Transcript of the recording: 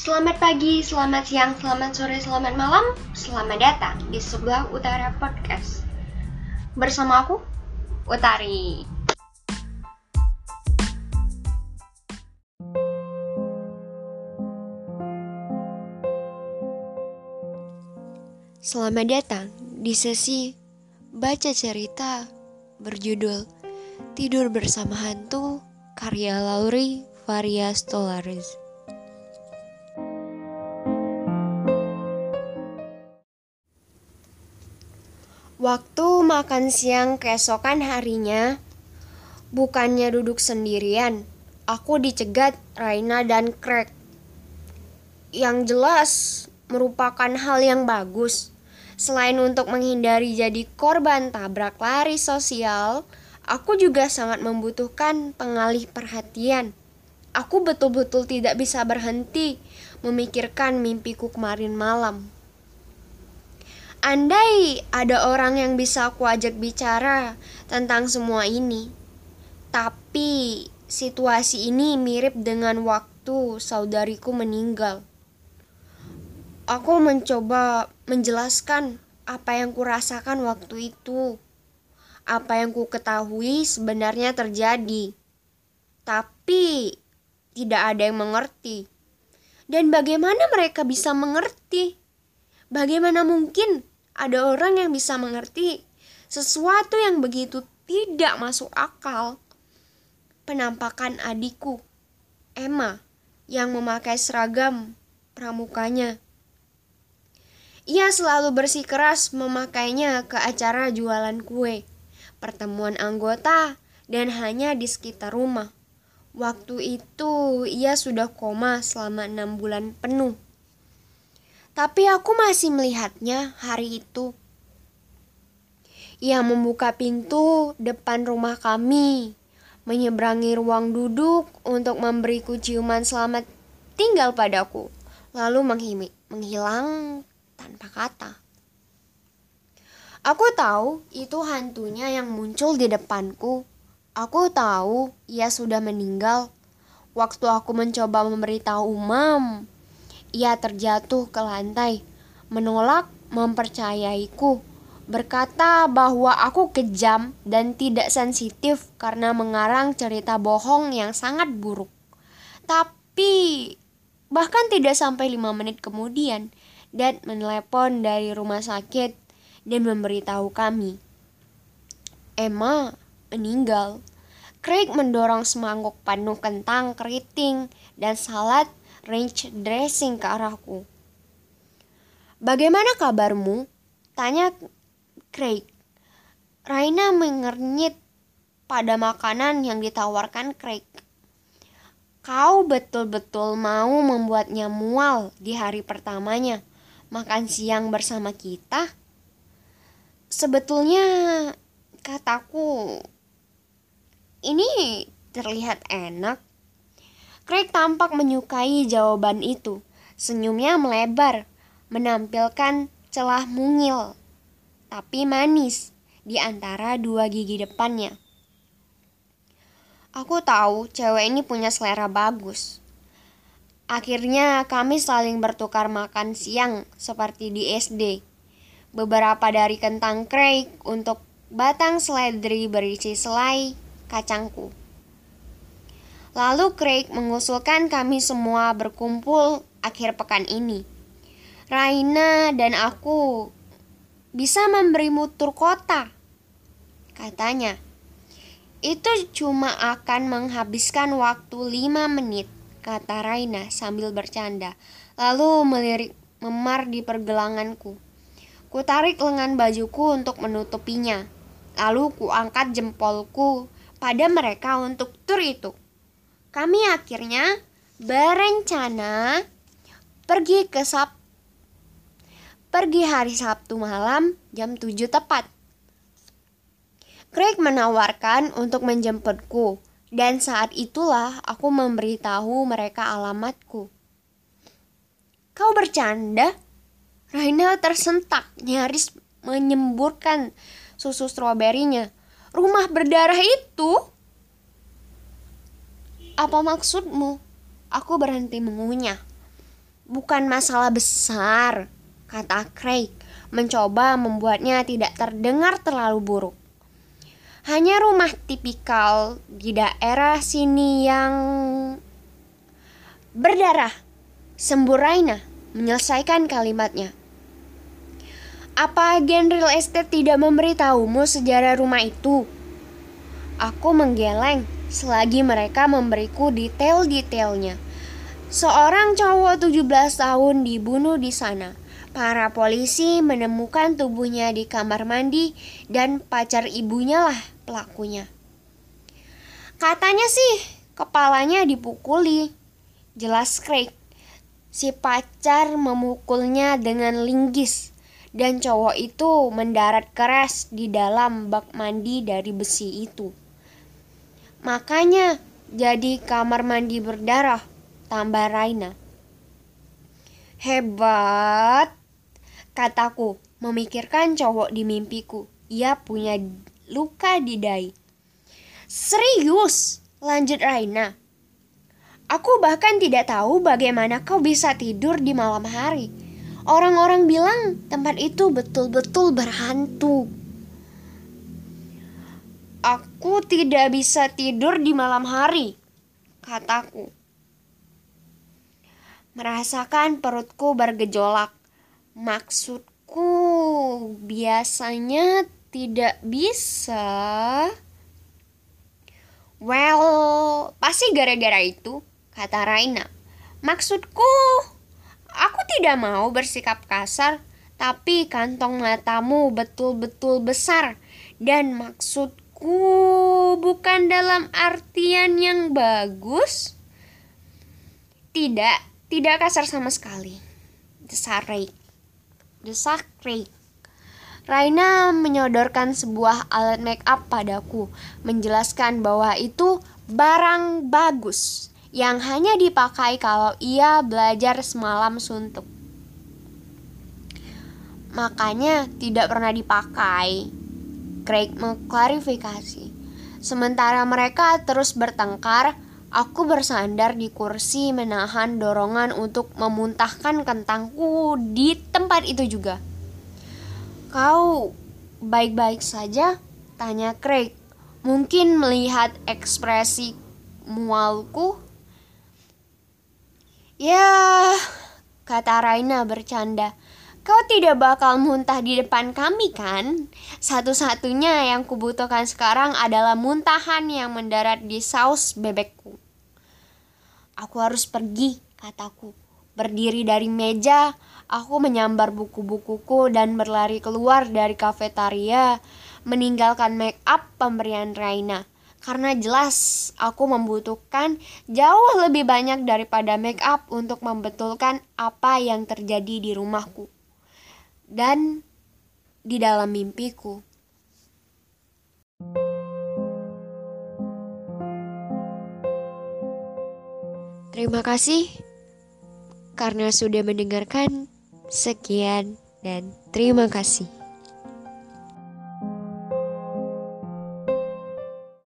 Selamat pagi, selamat siang, selamat sore, selamat malam. Selamat datang di Sebelah Utara Podcast. Bersama aku, Utari. Selamat datang di sesi baca cerita berjudul Tidur Bersama Hantu karya Lauri Varia Stolares. Waktu makan siang keesokan harinya, bukannya duduk sendirian, aku dicegat Raina dan Craig. Yang jelas merupakan hal yang bagus. Selain untuk menghindari jadi korban tabrak lari sosial, aku juga sangat membutuhkan pengalih perhatian. Aku betul-betul tidak bisa berhenti memikirkan mimpiku kemarin malam. Andai ada orang yang bisa aku ajak bicara tentang semua ini. Tapi situasi ini mirip dengan waktu saudariku meninggal. Aku mencoba menjelaskan apa yang kurasakan waktu itu. Apa yang ku ketahui sebenarnya terjadi. Tapi tidak ada yang mengerti. Dan bagaimana mereka bisa mengerti? Bagaimana mungkin ada orang yang bisa mengerti sesuatu yang begitu tidak masuk akal? Penampakan adikku, Emma, yang memakai seragam pramukanya. Ia selalu bersikeras memakainya ke acara jualan kue, pertemuan anggota, dan hanya di sekitar rumah. Waktu itu ia sudah koma selama 6 bulan penuh. Tapi aku masih melihatnya hari itu. Ia membuka pintu depan rumah kami, menyeberangi ruang duduk untuk memberiku ciuman selamat tinggal padaku, lalu menghilang tanpa kata. Aku tahu itu hantunya yang muncul di depanku. Aku tahu ia sudah meninggal. Waktu aku mencoba memberitahu Mam, ia terjatuh ke lantai, menolak mempercayaiku, berkata bahwa aku kejam dan tidak sensitif karena mengarang cerita bohong yang sangat buruk. Tapi bahkan tidak sampai 5 menit kemudian, Dad menelepon dari rumah sakit dan memberitahu kami, Emma meninggal. Craig mendorong semangkuk penuh kentang keriting dan salad ranch dressing ke arahku. Bagaimana kabarmu? Tanya Craig. Raina mengernyit pada makanan yang ditawarkan Craig. Kau betul-betul mau membuatnya mual di hari pertamanya makan siang bersama kita? Sebetulnya, kataku, ini terlihat enak. Craig tampak menyukai jawaban itu. Senyumnya melebar, menampilkan celah mungil, tapi manis di antara 2 gigi depannya. Aku tahu cewek ini punya selera bagus. Akhirnya kami saling bertukar makan siang seperti di SD. Beberapa dari kentang Craig untuk batang seledri berisi selai kacangku. Lalu Craig mengusulkan kami semua berkumpul akhir pekan ini. Raina dan aku bisa memberimu tur kota, katanya. Itu cuma akan menghabiskan waktu 5 menit, kata Raina sambil bercanda. Lalu melirik memar di pergelanganku. Ku tarik lengan bajuku untuk menutupinya. Lalu ku angkat jempolku pada mereka untuk tur itu. Kami akhirnya berencana pergi hari Sabtu malam jam 7 tepat. Craig menawarkan untuk menjemputku, dan saat itulah aku memberitahu mereka alamatku. Kau bercanda? Raina tersentak, nyaris menyemburkan susu stroberinya. Rumah berdarah itu? Apa maksudmu? Aku berhenti mengunyah. bukan masalah besar, kata Craig, mencoba membuatnya tidak terdengar terlalu buruk. Hanya rumah tipikal di daerah sini yang berdarah. Sembur Raina menyelesaikan kalimatnya. Apa agen real estate tidak memberitahumu sejarah rumah itu? Aku menggeleng selagi mereka memberiku detail-detailnya. Seorang cowok 17 tahun dibunuh di sana. Para polisi menemukan tubuhnya di kamar mandi dan pacar ibunya lah pelakunya. Katanya sih kepalanya dipukuli. Jelas Craig. Si pacar memukulnya dengan linggis dan cowok itu mendarat keras di dalam bak mandi dari besi itu. Makanya jadi kamar mandi berdarah, tambah Raina. Hebat, kataku memikirkan cowok di mimpiku. Ia punya luka di dahi. Serius, lanjut Raina. Aku bahkan tidak tahu bagaimana kau bisa tidur di malam hari. Orang-orang bilang tempat itu betul-betul berhantu. Aku tidak bisa tidur di malam hari, kataku. Merasakan perutku bergejolak. Maksudku biasanya tidak bisa. Well, pasti gara-gara itu, kata Raina. Maksudku, aku tidak mau bersikap kasar, tapi kantong matamu betul-betul besar. Dan maksudku bukan dalam artian yang bagus. Tidak kasar sama sekali. Desak Craig. Raina menyodorkan sebuah alat make up padaku, menjelaskan bahwa itu barang bagus yang hanya dipakai kalau ia belajar semalam suntuk. Makanya tidak pernah dipakai, Craig mengklarifikasi. Sementara mereka terus bertengkar, aku bersandar di kursi menahan dorongan untuk memuntahkan kentangku di tempat itu juga. Kau baik-baik saja? Tanya Craig. Mungkin melihat ekspresi mualku. Ya, kata Raina bercanda. Kau tidak bakal muntah di depan kami kan? Satu-satunya yang kubutuhkan sekarang adalah muntahan yang mendarat di saus bebekku. Aku harus pergi, kataku. Berdiri dari meja, aku menyambar buku-bukuku dan berlari keluar dari kafetaria, meninggalkan make up pemberian Raina. Karena jelas aku membutuhkan jauh lebih banyak daripada make up untuk membetulkan apa yang terjadi di rumahku dan di dalam mimpiku. Terima kasih karena sudah mendengarkan. Sekian dan terima kasih.